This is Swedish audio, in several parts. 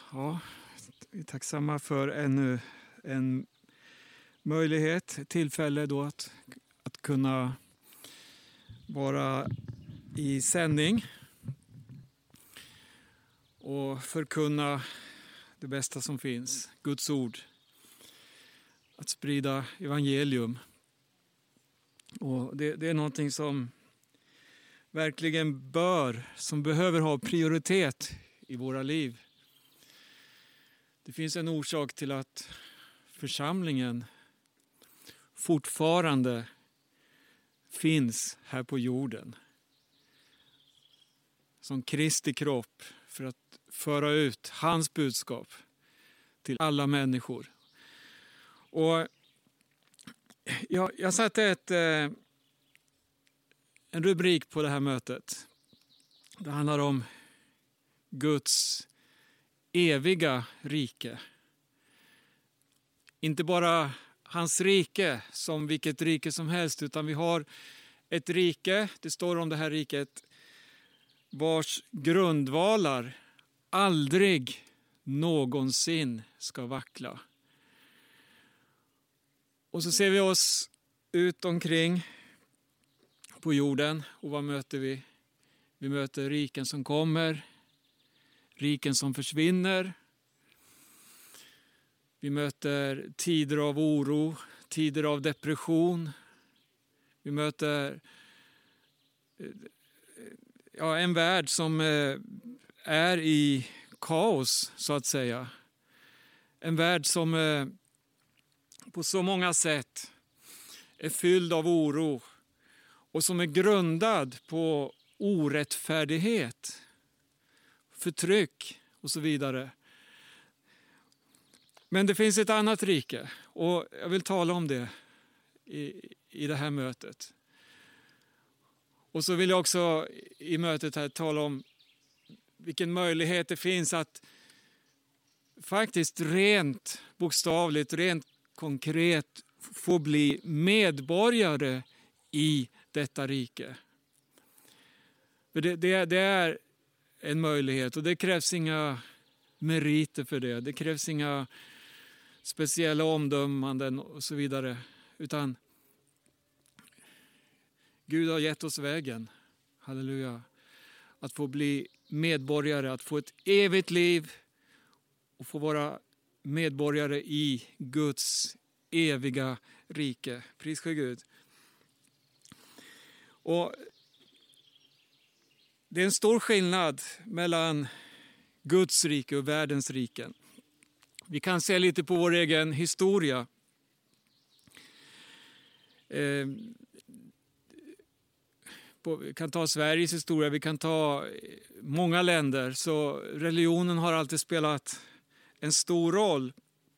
Ja, vi är tacksamma för ännu en möjlighet, tillfälle då att kunna vara i sändning och förkunna det bästa som finns, Guds ord. Att sprida evangelium. Och det är någonting som verkligen behöver ha prioritet i våra liv. Det finns en orsak till att församlingen fortfarande finns här på jorden. Som Kristi kropp för att föra ut hans budskap till alla människor. Och jag satte en rubrik på det här mötet. Det handlar om Guds eviga rike. Inte bara hans rike som vilket rike som helst, utan vi har ett rike, det står om det här riket, vars grundvalar aldrig någonsin ska vackla. Och så ser vi oss ut omkring på jorden och vad möter vi? Vi möter riken som kommer, riken som försvinner. Vi möter tider av oro, tider av depression. Vi möter en värld som är i kaos så att säga. En värld som på så många sätt är fylld av oro och som är grundad på orättfärdighet, förtryck och så vidare. Men det finns ett annat rike och jag vill tala om det i det här mötet. Och så vill jag också i mötet här tala om vilken möjlighet det finns att faktiskt rent bokstavligt, rent konkret få bli medborgare i detta rike. För det är en möjlighet och det krävs inga meriter för det. Det krävs inga speciella omdömanden och så vidare. Utan Gud har gett oss vägen. Halleluja. Att få bli medborgare, att få ett evigt liv och få vara medborgare i Guds eviga rike. Pris för Gud. Och det är en stor skillnad mellan Guds rike och världens riken. Vi kan se lite på vår egen historia. Vi kan ta Sveriges historia, vi kan ta många länder. Så religionen har alltid spelat en stor roll.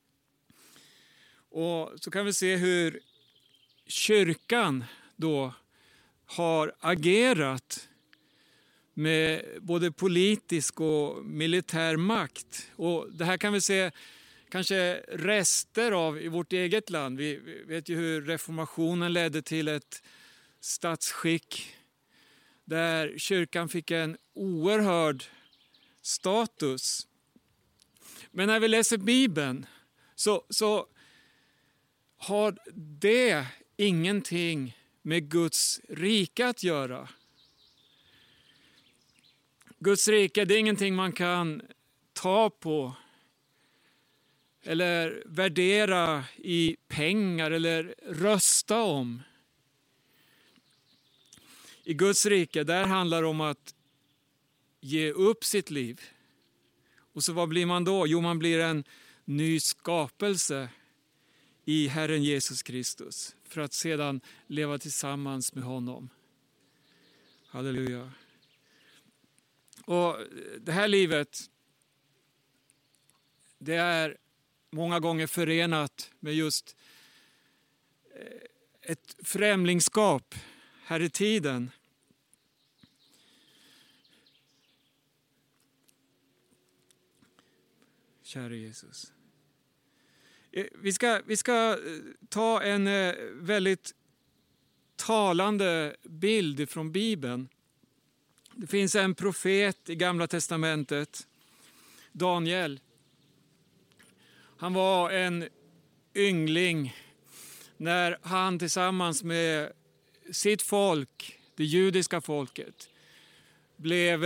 Och så kan vi se hur kyrkan då har agerat med både politisk och militär makt. Och det här kan vi se kanske rester av i vårt eget land. Vi vet ju hur reformationen ledde till ett statsskick där kyrkan fick en oerhörd status. Men när vi läser Bibeln så har det ingenting med Guds rike att göra. Guds rike, det är ingenting man kan ta på eller värdera i pengar eller rösta om. I Guds rike, där handlar det om att ge upp sitt liv. Och så vad blir man då? Jo, man blir en ny skapelse i Herren Jesus Kristus. För att sedan leva tillsammans med honom. Halleluja. Och det här livet, det är många gånger förenat med just ett främlingskap här i tiden. Kära Jesus. Vi ska ta en väldigt talande bild från Bibeln. Det finns en profet i Gamla testamentet, Daniel. Han var en yngling när han tillsammans med sitt folk, det judiska folket, blev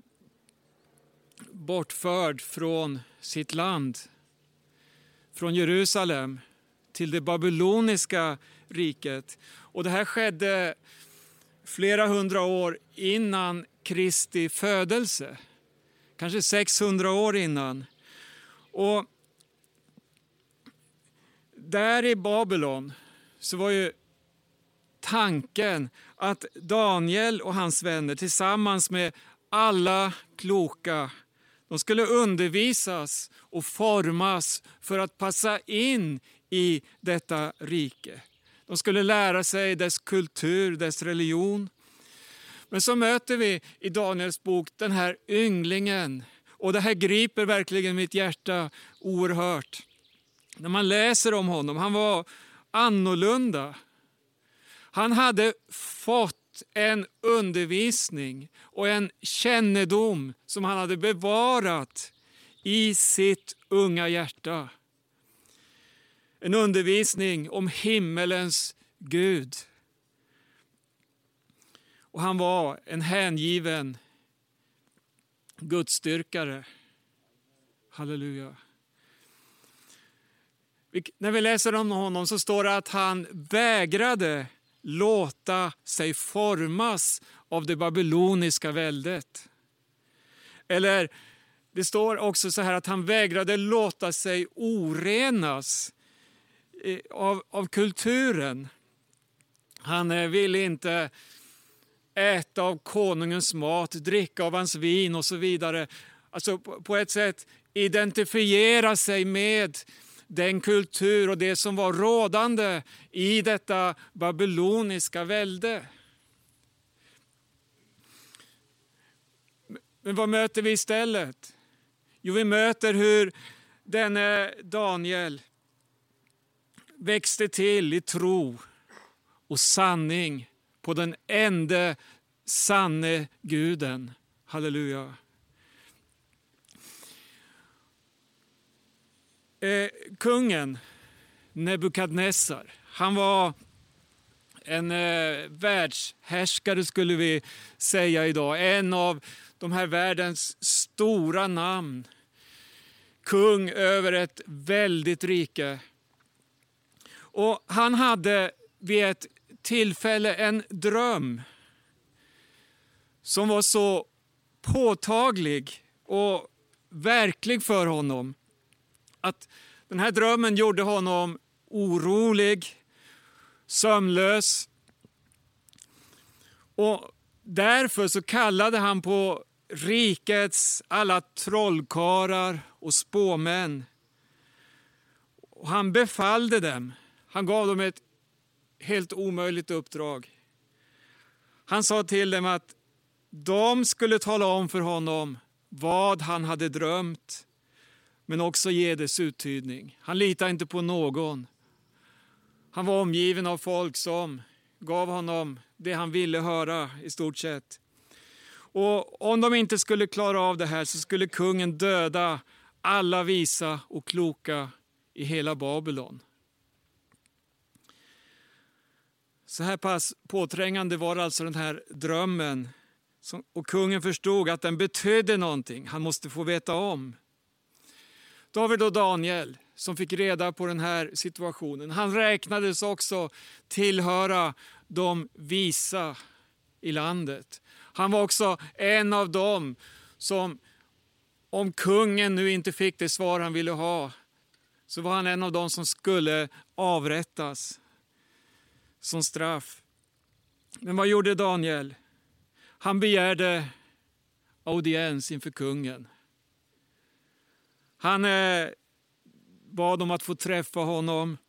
bortförd från sitt land, från Jerusalem till det babyloniska riket. Och det här skedde flera hundra år innan Kristi födelse, kanske 600 år innan. Och där i Babylon så var ju tanken att Daniel och hans vänner tillsammans med alla kloka, de skulle undervisas och formas för att passa in i detta rike. De skulle lära sig dess kultur, dess religion. Men så möter vi i Daniels bok den här ynglingen. Och det här griper verkligen mitt hjärta oerhört. När man läser om honom, han var annorlunda. Han hade fått en undervisning och en kännedom som han hade bevarat i sitt unga hjärta. En undervisning om himmelens Gud. Och han var en hängiven gudsdyrkare. Halleluja. När vi läser om honom så står det att han vägrade låta sig formas av det babyloniska väldet. Eller det står också så här att han vägrade låta sig orenas av kulturen. Han ville inte äta av konungens mat, dricka av hans vin och så vidare. Alltså på ett sätt identifiera sig med den kultur och det som var rådande i detta babyloniska välde. Men vad möter vi istället? Jo, vi möter hur denne Daniel växte till i tro och sanning på den enda sanne guden. Halleluja. Kungen Nebukadnessar, han var en världshärskare skulle vi säga idag. En av de här världens stora namn. Kung över ett väldigt rike. Och han hade vid ett tillfälle en dröm som var så påtaglig och verklig för honom att den här drömmen gjorde honom orolig, sömnlös. Och därför så kallade han på rikets alla trollkarlar och spåmän. Och han befallde dem. Han gav dem ett helt omöjligt uppdrag. Han sa till dem att de skulle tala om för honom vad han hade drömt, men också ge dess uttydning. Han litade inte på någon. Han var omgiven av folk som gav honom det han ville höra i stort sett. Och om de inte skulle klara av det här så skulle kungen döda alla visa och kloka i hela Babylon. Så här pass påträngande var alltså den här drömmen. Och kungen förstod att den betydde någonting. Han måste få veta om. David och Daniel som fick reda på den här situationen. Han räknades också tillhöra de visa i landet. Han var också en av dem som, om kungen nu inte fick det svar han ville ha, så var han en av dem som skulle avrättas som straff. Men vad gjorde Daniel? Han begärde audiens inför kungen. Han bad om att få träffa honom.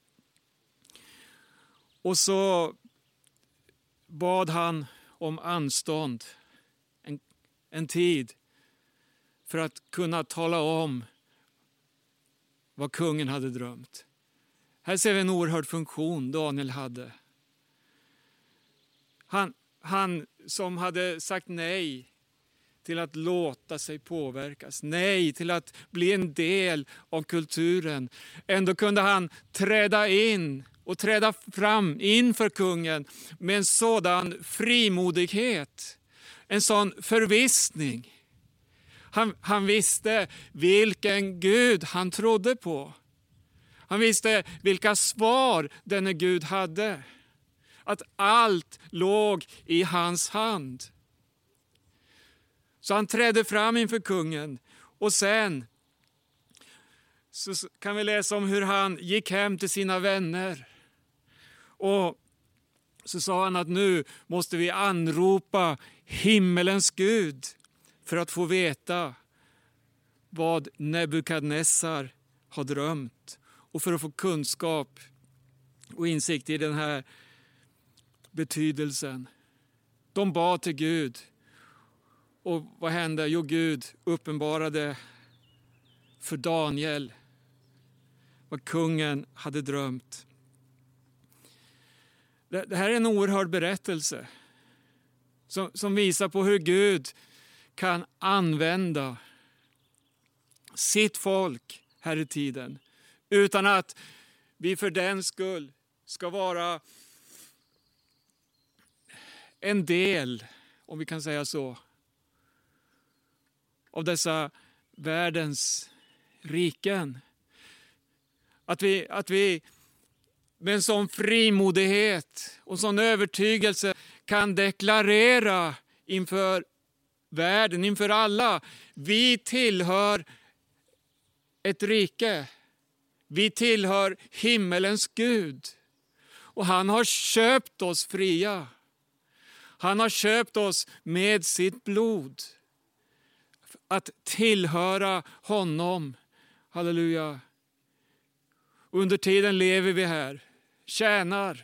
Och så bad han om anstånd. En tid för att kunna tala om vad kungen hade drömt. Här ser vi en oerhörd funktion Daniel hade. Han som hade sagt nej till att låta sig påverkas. Nej till att bli en del av kulturen. Ändå kunde han träda in och träda fram inför kungen med en sådan frimodighet. En sån förvissning. Han visste vilken Gud han trodde på. Han visste vilka svar denne Gud hade. Att allt låg i hans hand. Så han trädde fram inför kungen. Och sen så kan vi läsa om hur han gick hem till sina vänner. Och så sa han att nu måste vi anropa himmelens Gud för att få veta vad Nebukadnessar har drömt. Och för att få kunskap och insikt i den här betydelsen. De bad till Gud. Och vad hände? Jo, Gud uppenbarade för Daniel vad kungen hade drömt. Det här är en oerhörd berättelse som visar på hur Gud kan använda sitt folk här i tiden. Utan att vi för den skull ska vara en del, om vi kan säga så, av dessa världens riken. Att vi med en sån frimodighet och sån övertygelse kan deklarera inför världen, inför alla. Vi tillhör ett rike. Vi tillhör himmelens Gud. Och han har köpt oss fria. Han har köpt oss med sitt blod. Att tillhöra honom. Halleluja. Under tiden lever vi här. Tjänar.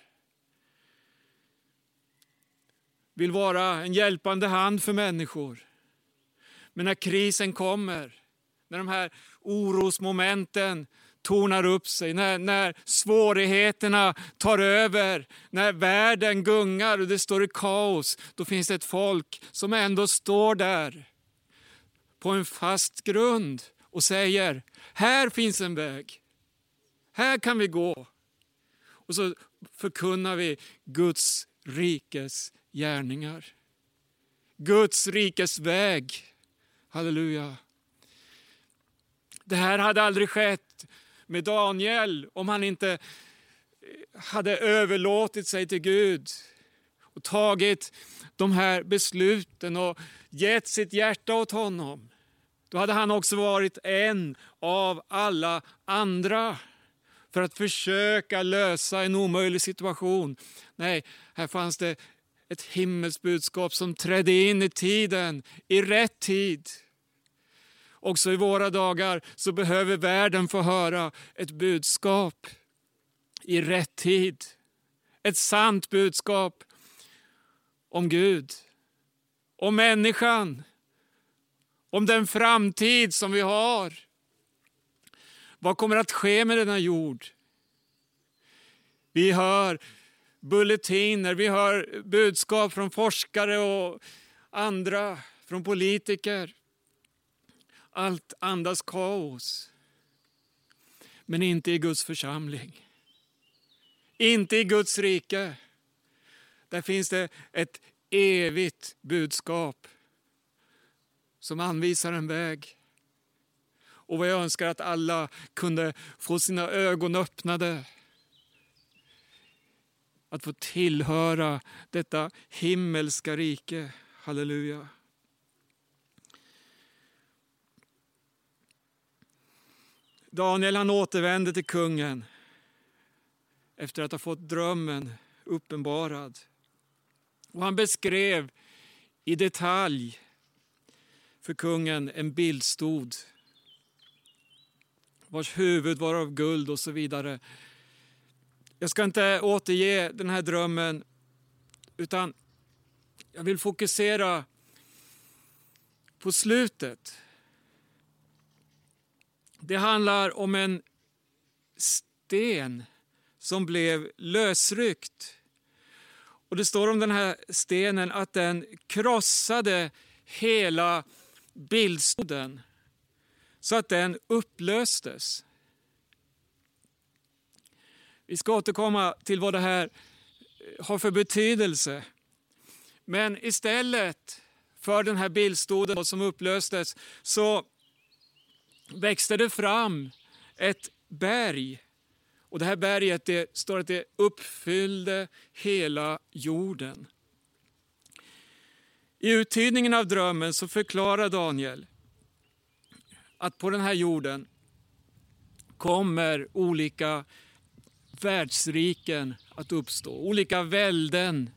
Vill vara en hjälpande hand för människor. Men när krisen kommer. När de här orosmomenten tornar upp sig. När svårigheterna tar över. När världen gungar och det står i kaos. Då finns det ett folk som ändå står där. På en fast grund. Och säger, här finns en väg. Här kan vi gå. Och så förkunnar vi Guds rikes gärningar. Guds rikes väg. Halleluja. Det här hade aldrig skett med Daniel om han inte hade överlåtit sig till Gud. Och tagit de här besluten och gett sitt hjärta åt honom. Då hade han också varit en av alla andra. För att försöka lösa en omöjlig situation. Nej, här fanns det ett himmelskt budskap som trädde in i tiden. I rätt tid. Också i våra dagar så behöver världen få höra ett budskap. I rätt tid. Ett sant budskap. Om Gud. Om människan. Om den framtid som vi har. Vad kommer att ske med denna jord? Vi hör bulletiner, vi hör budskap från forskare och andra, från politiker. Allt andas kaos. Men inte i Guds församling. Inte i Guds rike. Där finns det ett evigt budskap som anvisar en väg. Och vad jag önskar att alla kunde få sina ögon öppnade. Att få tillhöra detta himmelska rike. Halleluja. Daniel han återvände till kungen. Efter att ha fått drömmen uppenbarad. Och han beskrev i detalj för kungen en bildstod. Vars huvud var av guld och så vidare. Jag ska inte återge den här drömmen. Utan jag vill fokusera på slutet. Det handlar om en sten som blev lösryckt. Och det står om den här stenen att den krossade hela bildstoden så att den upplöstes. Vi ska återkomma till vad det här har för betydelse. Men istället för den här bildstoden som upplöstes så växte det fram ett berg. Och det här berget, det står att det uppfyllde hela jorden. I uttydningen av drömmen så förklarar Daniel att på den här jorden kommer olika världsriken att uppstå, olika välden.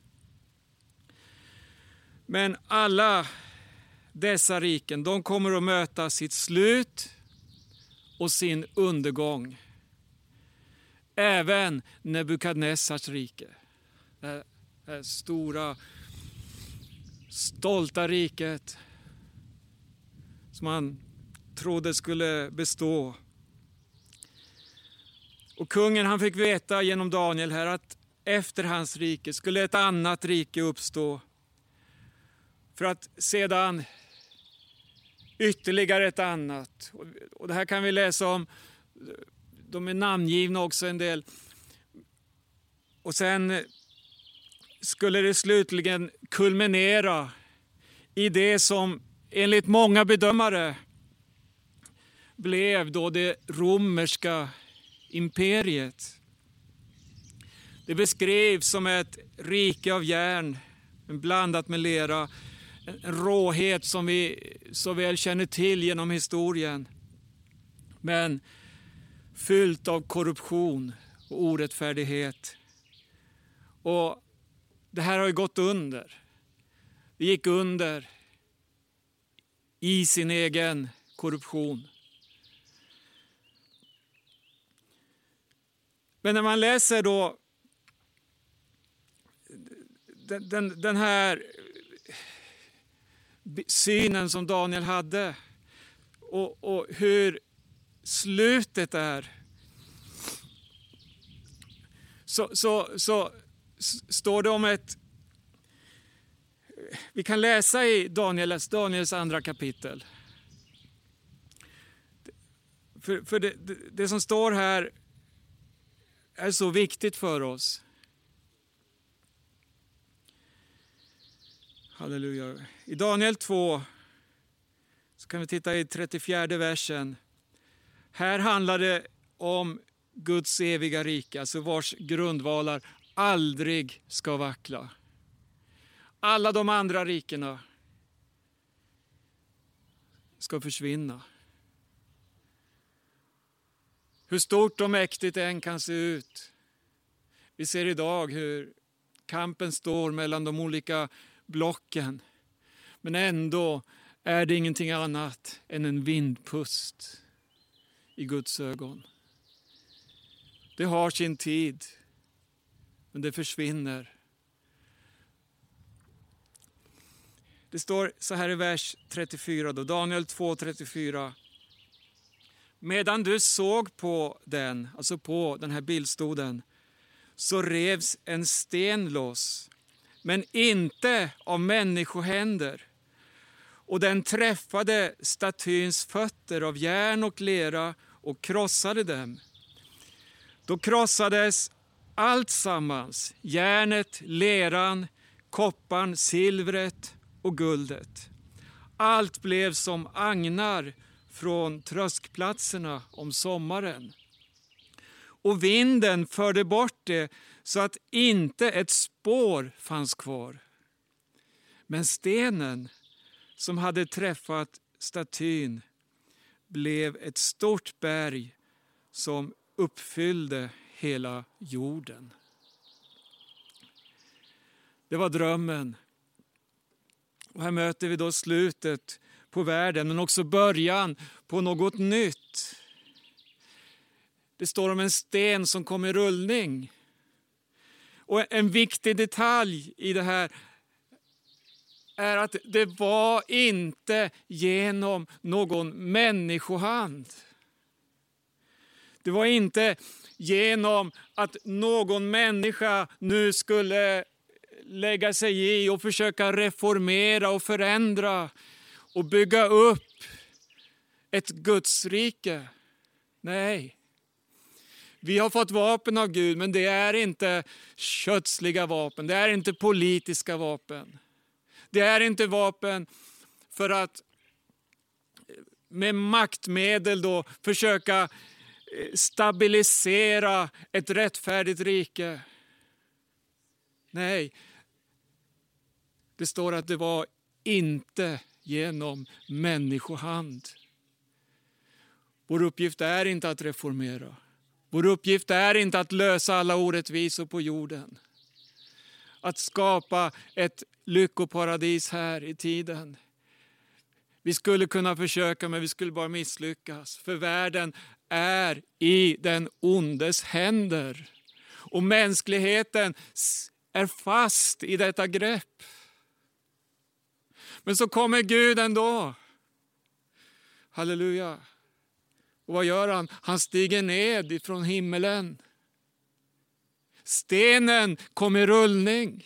Men alla dessa riken, de kommer att möta sitt slut och sin undergång. Även Nebukadnessars rike, det här stora, stolta riket som man trodde skulle bestå. Och kungen, han fick veta genom Daniel här att efter hans rike skulle ett annat rike uppstå. För att sedan ytterligare ett annat. Och det här kan vi läsa om. De är namngivna också en del. Och sen skulle det slutligen kulminera i det som enligt många bedömare blev då det romerska imperiet. Det beskrivs som ett rike av järn blandat med lera. En råhet som vi så väl känner till genom historien. Men fyllt av korruption och orättfärdighet. Och det här har ju gått under. Det gick under i sin egen korruption. Men när man läser då den här synen som Daniel hade och hur slutet är, så står det om ett, vi kan läsa i Daniels andra kapitel. För det som står här är så viktigt för oss. Halleluja. I Daniel 2 så kan vi titta i 34 versen. Här handlar det om Guds eviga rike, alltså vars grundvalar aldrig ska vackla. Alla de andra rikena ska försvinna. Hur stort och mäktigt det än kan se ut. Vi ser idag hur kampen står mellan de olika blocken. Men ändå är det ingenting annat än en vindpust i Guds ögon. Det har sin tid, men det försvinner. Det står så här i vers 34 då, Daniel 2:34. Medan du såg på den, alltså på den här bildstoden, så revs en sten loss, men inte av människohänder. Och den träffade statyns fötter av järn och lera och krossade dem. Då krossades allt sammans, järnet, leran, kopparn, silvret och guldet. Allt blev som agnar från tröskplatserna om sommaren. Och vinden förde bort det så att inte ett spår fanns kvar. Men stenen som hade träffat statyn blev ett stort berg som uppfyllde hela jorden. Det var drömmen. Och här möter vi då slutet på världen, men också början på något nytt. Det står om en sten som kom i rullning. Och en viktig detalj i det här är att det var inte genom någon människohand. Det var inte genom att någon människa nu skulle lägga sig i och försöka reformera och förändra och bygga upp ett Guds rike. Nej. Vi har fått vapen av Gud, men det är inte kötsliga vapen. Det är inte politiska vapen. Det är inte vapen för att med maktmedel då försöka stabilisera ett rättfärdigt rike. Nej, det står att det var inte genom människohand. Vår uppgift är inte att reformera. Vår uppgift är inte att lösa alla orättvisor på jorden. Att skapa ett lyckoparadis här i tiden. Vi skulle kunna försöka, men vi skulle bara misslyckas. För världen är i den ondes händer. Och mänskligheten är fast i detta grepp. Men så kommer Gud ändå. Halleluja. Och vad gör han? Han stiger ned ifrån himmelen. Stenen kom i rullning.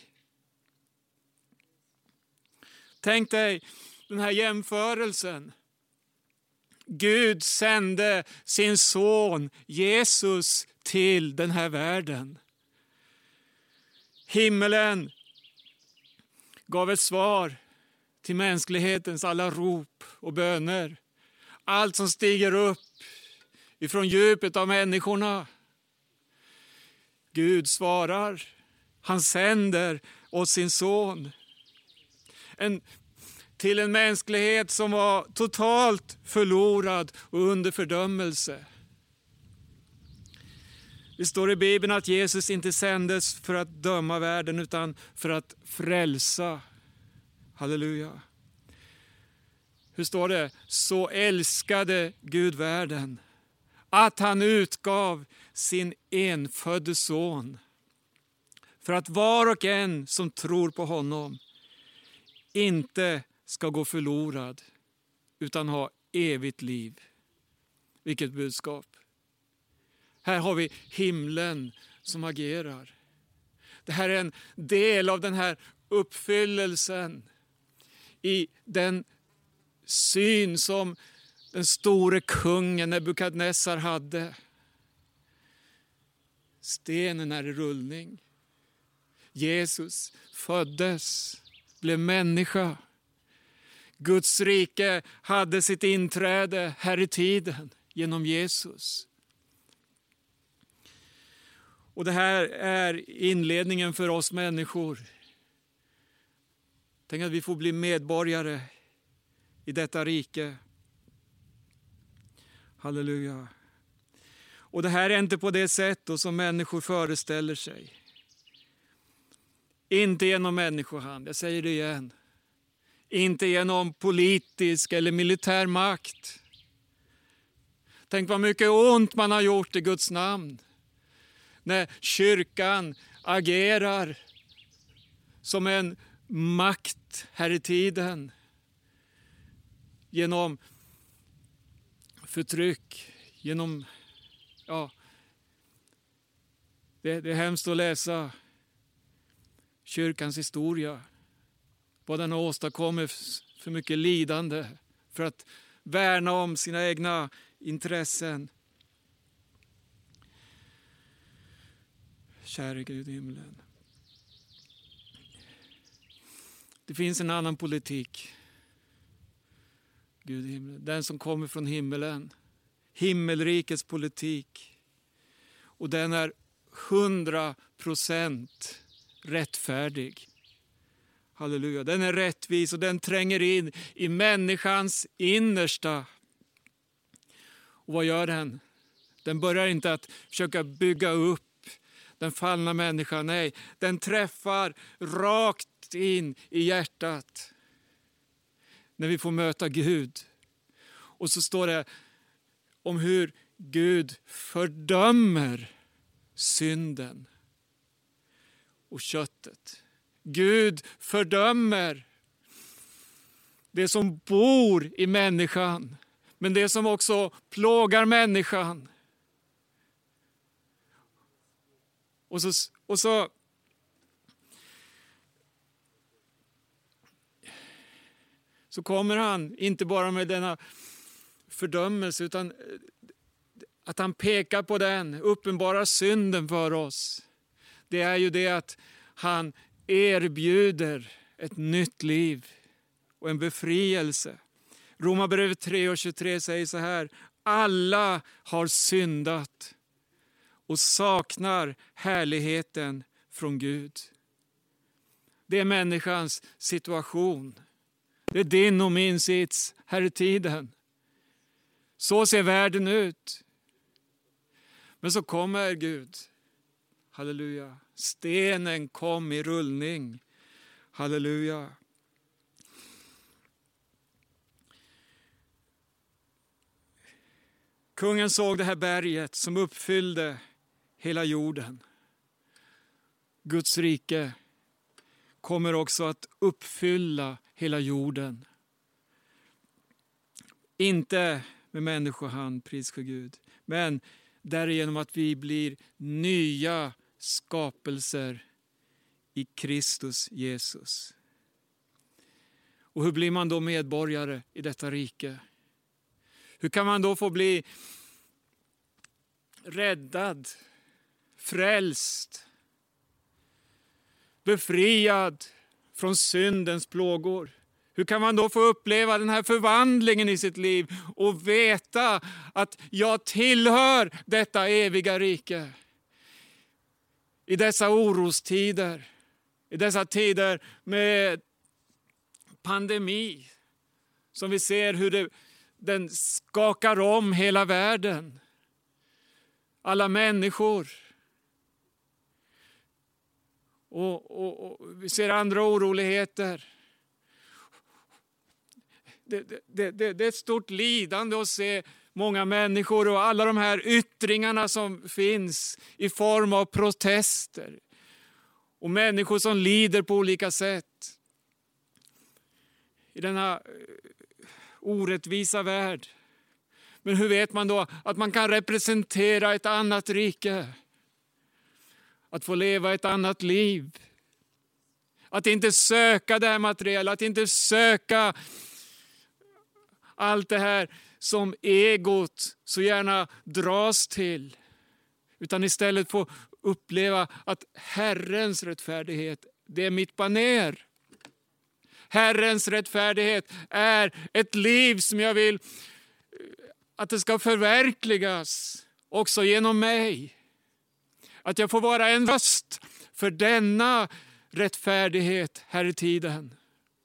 Tänk dig den här jämförelsen. Gud sände sin son Jesus till den här världen. Himmelen gav ett svar till mänsklighetens alla rop och böner. Allt som stiger upp ifrån djupet av människorna. Gud svarar. Han sänder oss sin son. Till en mänsklighet som var totalt förlorad och under fördömelse. Det står i Bibeln att Jesus inte sändes för att döma världen utan för att frälsa. Halleluja. Hur står det? Så älskade Gud världen att han utgav sin enfödde son. För att var och en som tror på honom inte ska gå förlorad utan ha evigt liv. Vilket budskap. Här har vi himlen som agerar. Det här är en del av den här uppfyllelsen i den syn som den store kungen Nebukadnessar hade. Stenen är i rullning. Jesus föddes, blev människa. Guds rike hade sitt inträde här i tiden genom Jesus. Och det här är inledningen för oss människor. Tänk att vi får bli medborgare i detta rike. Halleluja. Och det här är inte på det sätt då som människor föreställer sig. Inte genom människohand, jag säger det igen. Inte genom politisk eller militär makt. Tänk vad mycket ont man har gjort i Guds namn. När kyrkan agerar som en makt här i tiden. Genom förtryck, genom, det är hemskt att läsa kyrkans historia. Vad den har åstadkommit för mycket lidande för att värna om sina egna intressen. Käre Gud i himlen. Det finns en annan politik. Gud i himlen. Den som kommer från himmelen. Himmelrikets politik. Och den är 100% rättfärdig. Halleluja. Den är rättvis och den tränger in i människans innersta. Och vad gör den? Den börjar inte att försöka bygga upp den fallna människan. Nej, den träffar rakt in i hjärtat. När vi får möta Gud. Och så står det om hur Gud fördömer synden och köttet. Gud fördömer det som bor i människan, men det som också plågar människan. Och så så kommer han inte bara med denna fördömelse, utan att han pekar på den, uppenbarar synden för oss. Det är ju det att han erbjuder ett nytt liv och en befrielse. Romarbrevet 3:23 säger så här: alla har syndat och saknar härligheten från Gud. Det är människans situation. Det är din och min sits här i tiden. Så ser världen ut. Men så kommer Gud. Halleluja. Stenen kom i rullning. Halleluja. Kungen såg det här berget som uppfyllde hela jorden. Guds rike kommer också att uppfylla hela jorden. Inte med människohand, pris för Gud, men därigenom att vi blir nya skapelser i Kristus Jesus. Och hur blir man då medborgare i detta rike? Hur kan man då få bli räddad, frälst, befriad från syndens plågor? Hur kan man då få uppleva den här förvandlingen i sitt liv och veta att jag tillhör detta eviga rike? I dessa orostider, i dessa tider med pandemi, som vi ser hur den skakar om hela världen. Alla människor. Och vi ser andra oroligheter. Det är ett stort lidande att se många människor och alla de här yttringarna som finns i form av protester. Och människor som lider på olika sätt. I denna orättvisa värld. Men hur vet man då att man kan representera ett annat rike? Att få leva ett annat liv. Att inte söka det här materiella, att inte söka allt det här som egot så gärna dras till. Utan istället få uppleva att Herrens rättfärdighet, det är mitt baner. Herrens rättfärdighet är ett liv som jag vill att det ska förverkligas också genom mig. Att jag får vara en röst för denna rättfärdighet här i tiden.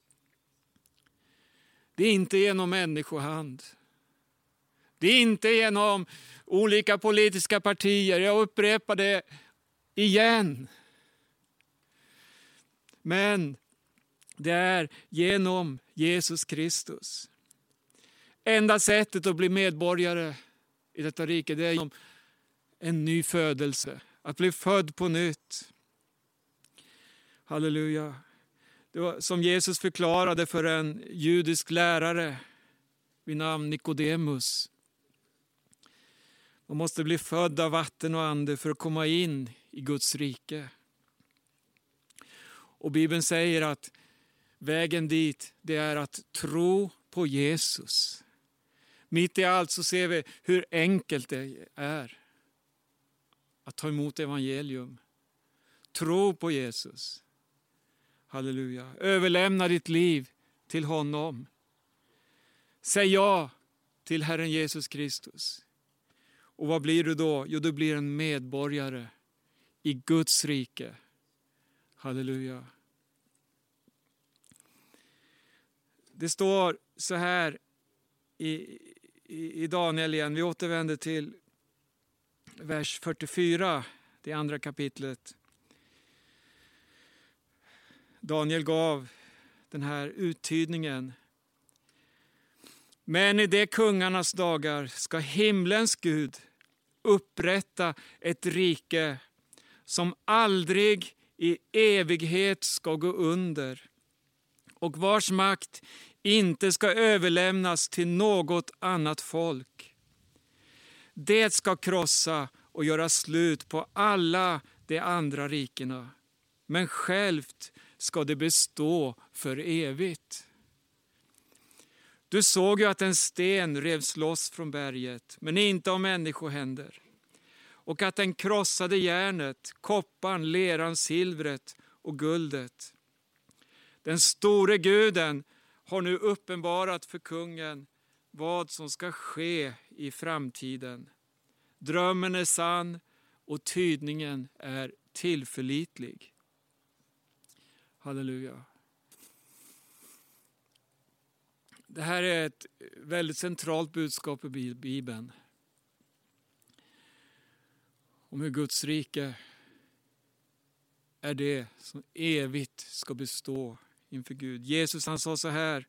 Det är inte genom människohand. Det är inte genom olika politiska partier. Jag upprepar det igen. Men det är genom Jesus Kristus. Enda sättet att bli medborgare i detta rike, det är genom en ny födelse. Att bli född på nytt. Halleluja. Det var som Jesus förklarade för en judisk lärare vid namn Nikodemus. Man måste bli född av vatten och ande för att komma in i Guds rike. Och Bibeln säger att vägen dit, det är att tro på Jesus. Mitt i allt så ser vi hur enkelt det är att ta emot evangelium. Tro på Jesus. Halleluja. Överlämna ditt liv till honom. Säg ja till Herren Jesus Kristus. Och vad blir du då? Jo, du blir en medborgare i Guds rike. Halleluja. Det står så här i Daniel igen. Vi återvänder till vers 44, det andra kapitlet. Daniel gav den här uttydningen. Men i de kungarnas dagar ska himlens Gud upprätta ett rike som aldrig i evighet ska gå under och vars makt inte ska överlämnas till något annat folk. Det ska krossa och göra slut på alla de andra rikena, men självt ska det bestå för evigt. Du såg ju att en sten revs loss från berget, men inte av människohänder. Och att den krossade järnet, kopparn, leran, silvret och guldet. Den store guden har nu uppenbarat för kungen vad som ska ske i framtiden. Drömmen är sann och tydningen är tillförlitlig. Halleluja. Det här är ett väldigt centralt budskap i Bibeln. Om hur Guds rike är det som evigt ska bestå inför Gud. Jesus han sa så här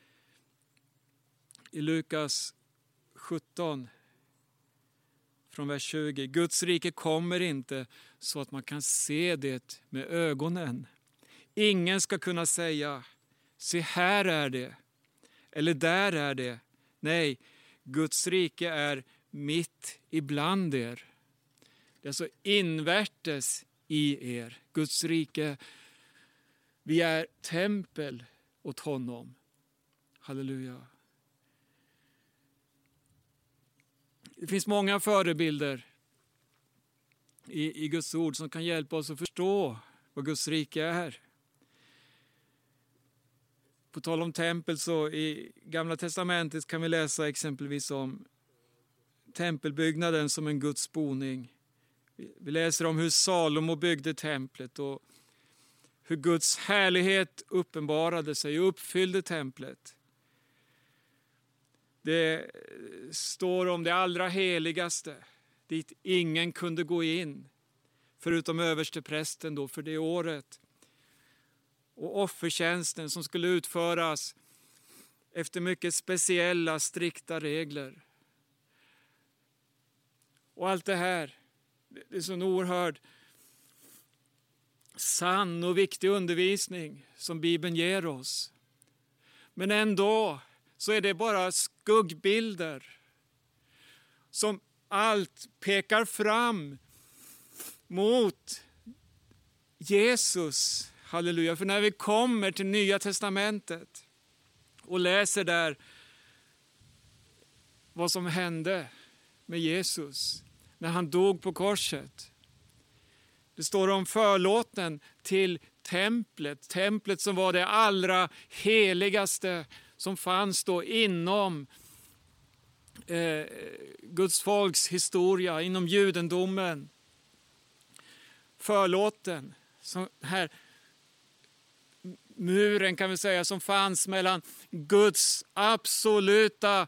i Lukas 17 från vers 20. Guds rike kommer inte så att man kan se det med ögonen. Ingen ska kunna säga, se här är det, eller där är det. Nej, Guds rike är mitt ibland er. Det är alltså invärtes i er. Guds rike, vi är tempel åt honom. Halleluja. Det finns många förebilder i Guds ord som kan hjälpa oss att förstå vad Guds rike är. På tal om tempel, så i Gamla testamentet kan vi läsa exempelvis om tempelbyggnaden som en Guds boning. Vi läser om hur Salomo byggde templet och hur Guds härlighet uppenbarade sig och uppfyllde templet. Det står om det allra heligaste, dit ingen kunde gå in förutom översteprästen då för det året. Och offertjänsten som skulle utföras efter mycket speciella, strikta regler. Och allt det här, det är så en oerhörd sann och viktig undervisning som Bibeln ger oss. Men ändå så är det bara skuggbilder som allt pekar fram mot Jesus. Halleluja, för när vi kommer till Nya testamentet och läser där vad som hände med Jesus när han dog på korset. Det står om förlåten till templet. Templet som var det allra heligaste som fanns då inom Guds folks historia, inom judendomen. Förlåten, som här muren kan vi säga som fanns mellan Guds absoluta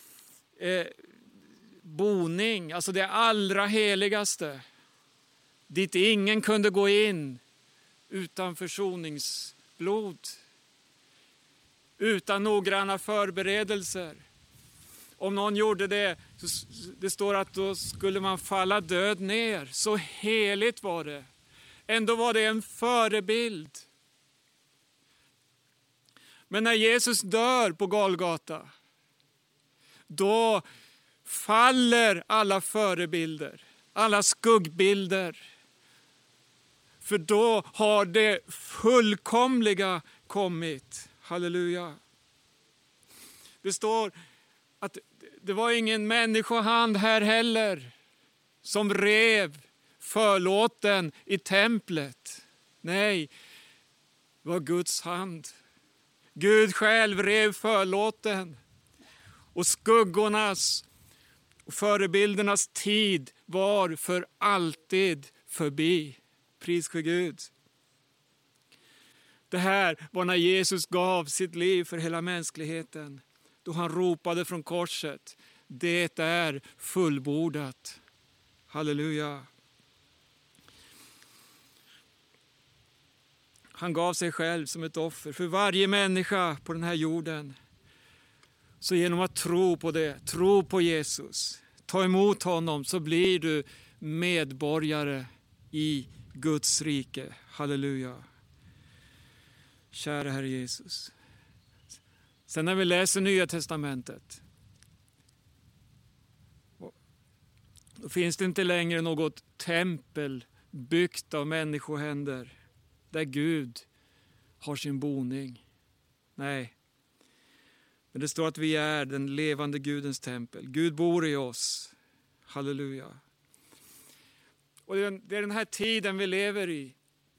boning, alltså det allra heligaste, dit ingen kunde gå in utan försoningsblod, utan noggranna förberedelser. Om någon gjorde det, så det står att då skulle man falla död ner. Så heligt var det. Ändå var det en förebild. Men när Jesus dör på Golgata, då faller alla förebilder, alla skuggbilder. För då har det fullkomliga kommit. Halleluja. Det står att det var ingen människohand här heller som rev förlåten i templet. Nej, det var Guds hand. Gud själv rev förlåten. Och skuggornas och förebildernas tid var för alltid förbi. Pris för Gud. Det här var när Jesus gav sitt liv för hela mänskligheten. Då han ropade från korset: det är fullbordat. Halleluja. Han gav sig själv som ett offer för varje människa på den här jorden. Så genom att tro på det, tro på Jesus, ta emot honom, så blir du medborgare i Guds rike. Halleluja. Kära Herre Jesus. Sen när vi läser Nya testamentet, då finns det inte längre något tempel byggt av människohänder där Gud har sin boning. Nej, Men det står att vi är den levande Gudens tempel. Gud bor i oss. Halleluja. Och det är den här tiden vi lever i.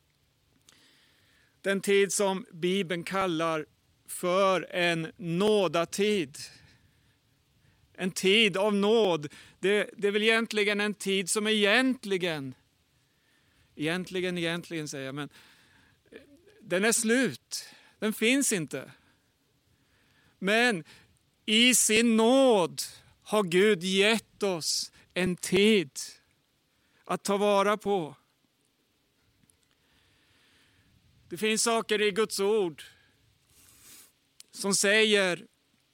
Den tid som Bibeln kallar för en nådatid. En tid av nåd. Det är väl egentligen en tid som egentligen säger jag, men den är slut. Den finns inte. Men i sin nåd har Gud gett oss en tid att ta vara på. Det finns saker i Guds ord som säger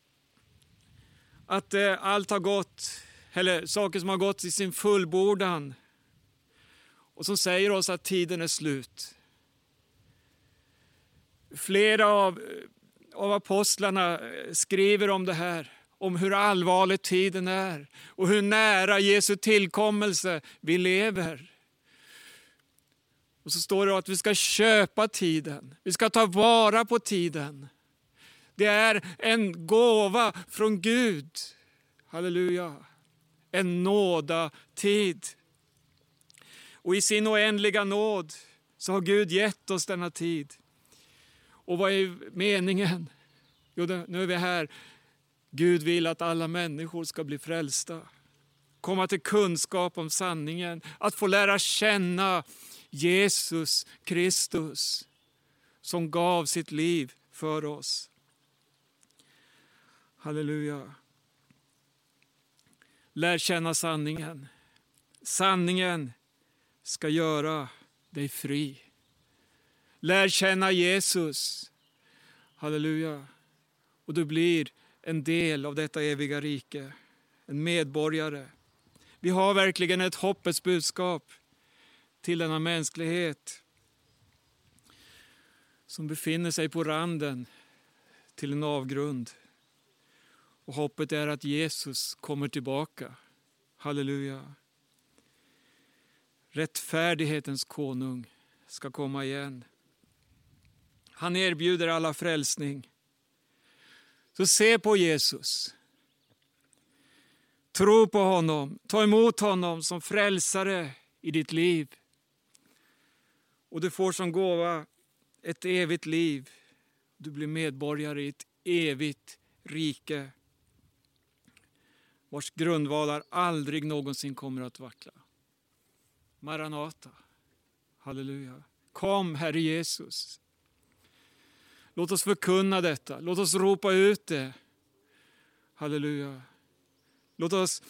att allt har gått, eller saker som har gått i sin fullbordan, och som säger oss att tiden är slut. Flera av apostlarna skriver om det här, om hur allvarlig tiden är och hur nära Jesu tillkommelse vi lever. Och så står det att vi ska köpa tiden, vi ska ta vara på tiden. Det är en gåva från Gud. Halleluja. En nådatid. Och i sin oändliga nåd så har Gud gett oss denna tid. Och vad är meningen? Jo, nu är vi här. Gud vill att alla människor ska bli frälsta. Komma till kunskap om sanningen. Att få lära känna Jesus Kristus som gav sitt liv för oss. Halleluja. Lär känna sanningen. Sanningen ska göra dig fri. Lär känna Jesus. Halleluja. Och du blir en del av detta eviga rike. En medborgare. Vi har verkligen ett hoppets budskap till denna mänsklighet som befinner sig på randen till en avgrund. Och hoppet är att Jesus kommer tillbaka. Halleluja. Rättfärdighetens konung ska komma igen. Han erbjuder alla frälsning. Så se på Jesus. Tro på honom. Ta emot honom som frälsare i ditt liv. Och du får som gåva ett evigt liv. Du blir medborgare i ett evigt rike, vars grundvalar aldrig någonsin kommer att vackla. Maranata. Halleluja. Kom, Herre Jesus. Låt oss förkunna detta. Låt oss ropa ut det. Halleluja. Låt oss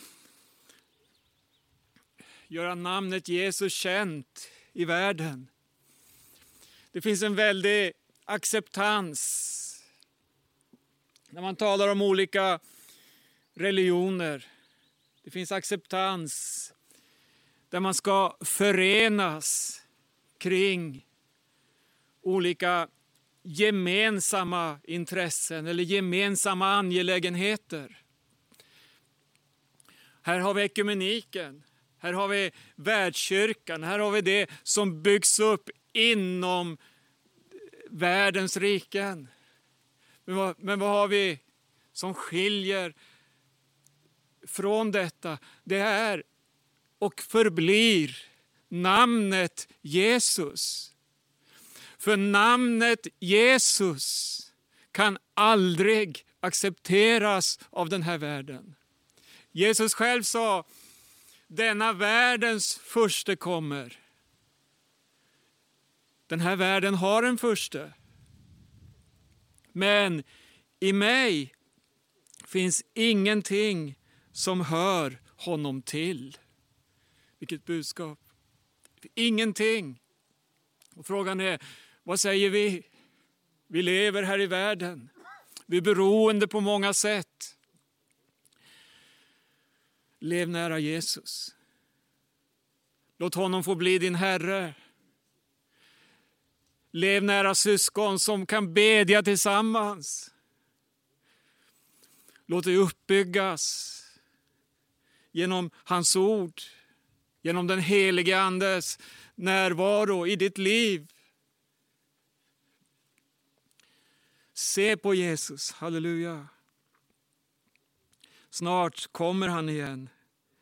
göra namnet Jesus känt i världen. Det finns en väldig acceptans när man talar om olika religioner. Det finns acceptans där man ska förenas kring olika gemensamma intressen eller gemensamma angelägenheter. Här har vi ekumeniken, här har vi världskyrkan, här har vi det som byggs upp inom världens riken. Men vad har vi som skiljer från detta? Det är och förblir namnet Jesus. För namnet Jesus kan aldrig accepteras av den här världen. Jesus själv sa, denna världens furste kommer. Den här världen har en furste. Men i mig finns ingenting som hör honom till. Vilket budskap. Ingenting. Och frågan är, vad säger vi? Vi lever här i världen. Vi är beroende på många sätt. Lev nära Jesus. Låt honom få bli din Herre. Lev nära syskon som kan bedja tillsammans. Låt dig uppbyggas genom hans ord. Genom den helige Andes närvaro i ditt liv. Se på Jesus, halleluja. Snart kommer han igen.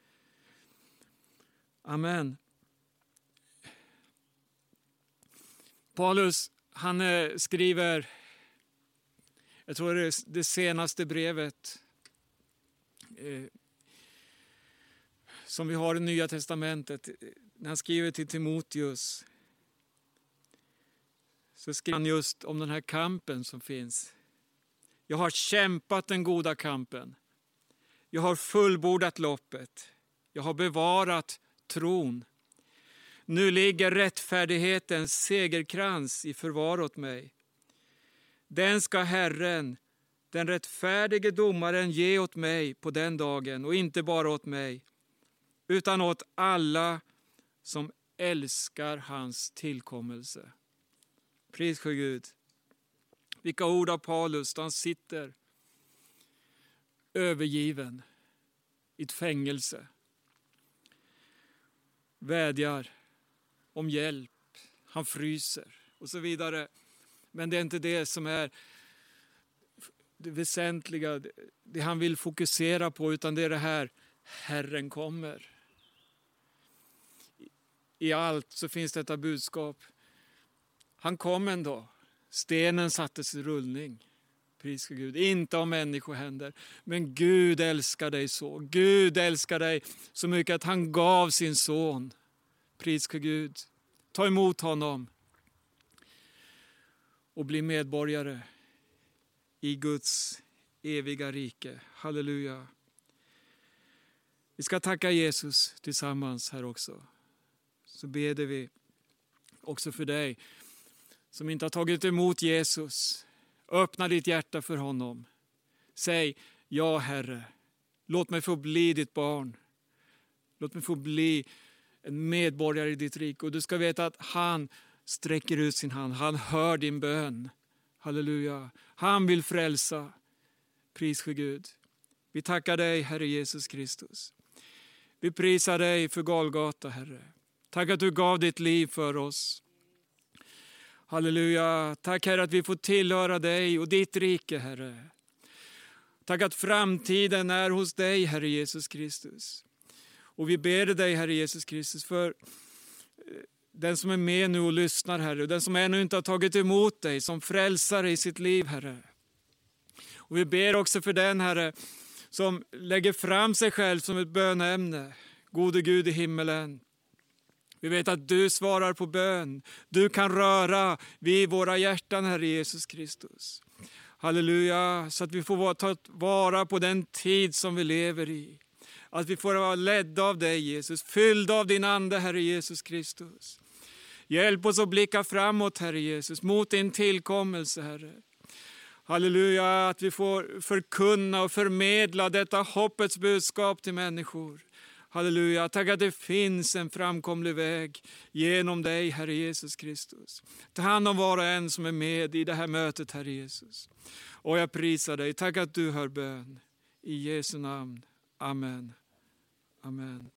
Amen. Paulus, han skriver, jag tror det är det senaste brevet som vi har i Nya testamentet. När han skriver till Timoteus så skriver han just om den här kampen som finns. Jag har kämpat den goda kampen. Jag har fullbordat loppet. Jag har bevarat tron. Nu ligger rättfärdighetens segerkrans i förvar åt mig. Den ska Herren, den rättfärdige domaren, ge åt mig på den dagen, och inte bara åt mig, utan åt alla som älskar hans tillkommelse. Pris för Gud. Vilka ord av Paulus då han sitter övergiven i ett fängelse. Vädjar om hjälp. Han fryser och så vidare. Men det är inte det som är det väsentliga. Det han vill fokusera på, utan det är det här. Herren kommer. I allt så finns detta budskap. Han kom en dag. Stenen sattes i rullning. Pris för Gud. Inte av människohänder. Men Gud älskar dig så. Gud älskar dig så mycket att han gav sin son. Pris för Gud. Ta emot honom. Och bli medborgare i Guds eviga rike. Halleluja. Vi ska tacka Jesus tillsammans här också. Så beder vi också för dig som inte har tagit emot Jesus. Öppna ditt hjärta för honom. Säg, ja Herre, låt mig få bli ditt barn. Låt mig få bli en medborgare i ditt rike. Och du ska veta att han sträcker ut sin hand. Han hör din bön. Halleluja. Han vill frälsa. Pris för Gud. Vi tackar dig, Herre Jesus Kristus. Vi prisar dig för Golgata, Herre. Tack att du gav ditt liv för oss. Halleluja. Tack Herre att vi får tillhöra dig och ditt rike, Herre. Tack att framtiden är hos dig, Herre Jesus Kristus. Och vi ber dig, Herre Jesus Kristus, för den som är med nu och lyssnar, Herre. Och den som ännu inte har tagit emot dig som frälsare i sitt liv, Herre. Och vi ber också för den, Herre, som lägger fram sig själv som ett bönämne. Gode Gud i himmelen. Vi vet att du svarar på bön. Du kan röra vid våra hjärtan, Herre Jesus Kristus. Halleluja, så att vi får ta vara på den tid som vi lever i. Att vi får vara ledda av dig, Jesus. Fyllda av din ande, Herre Jesus Kristus. Hjälp oss att blicka framåt, Herre Jesus, mot din tillkommelse, Herre. Halleluja, att vi får förkunna och förmedla detta hoppets budskap till människor. Halleluja, tack att det finns en framkomlig väg genom dig, Herre Jesus Kristus. Ta hand om var och en som är med i det här mötet, Herre Jesus. Och jag prisar dig, tack att du hör bön. I Jesu namn, amen. Amen.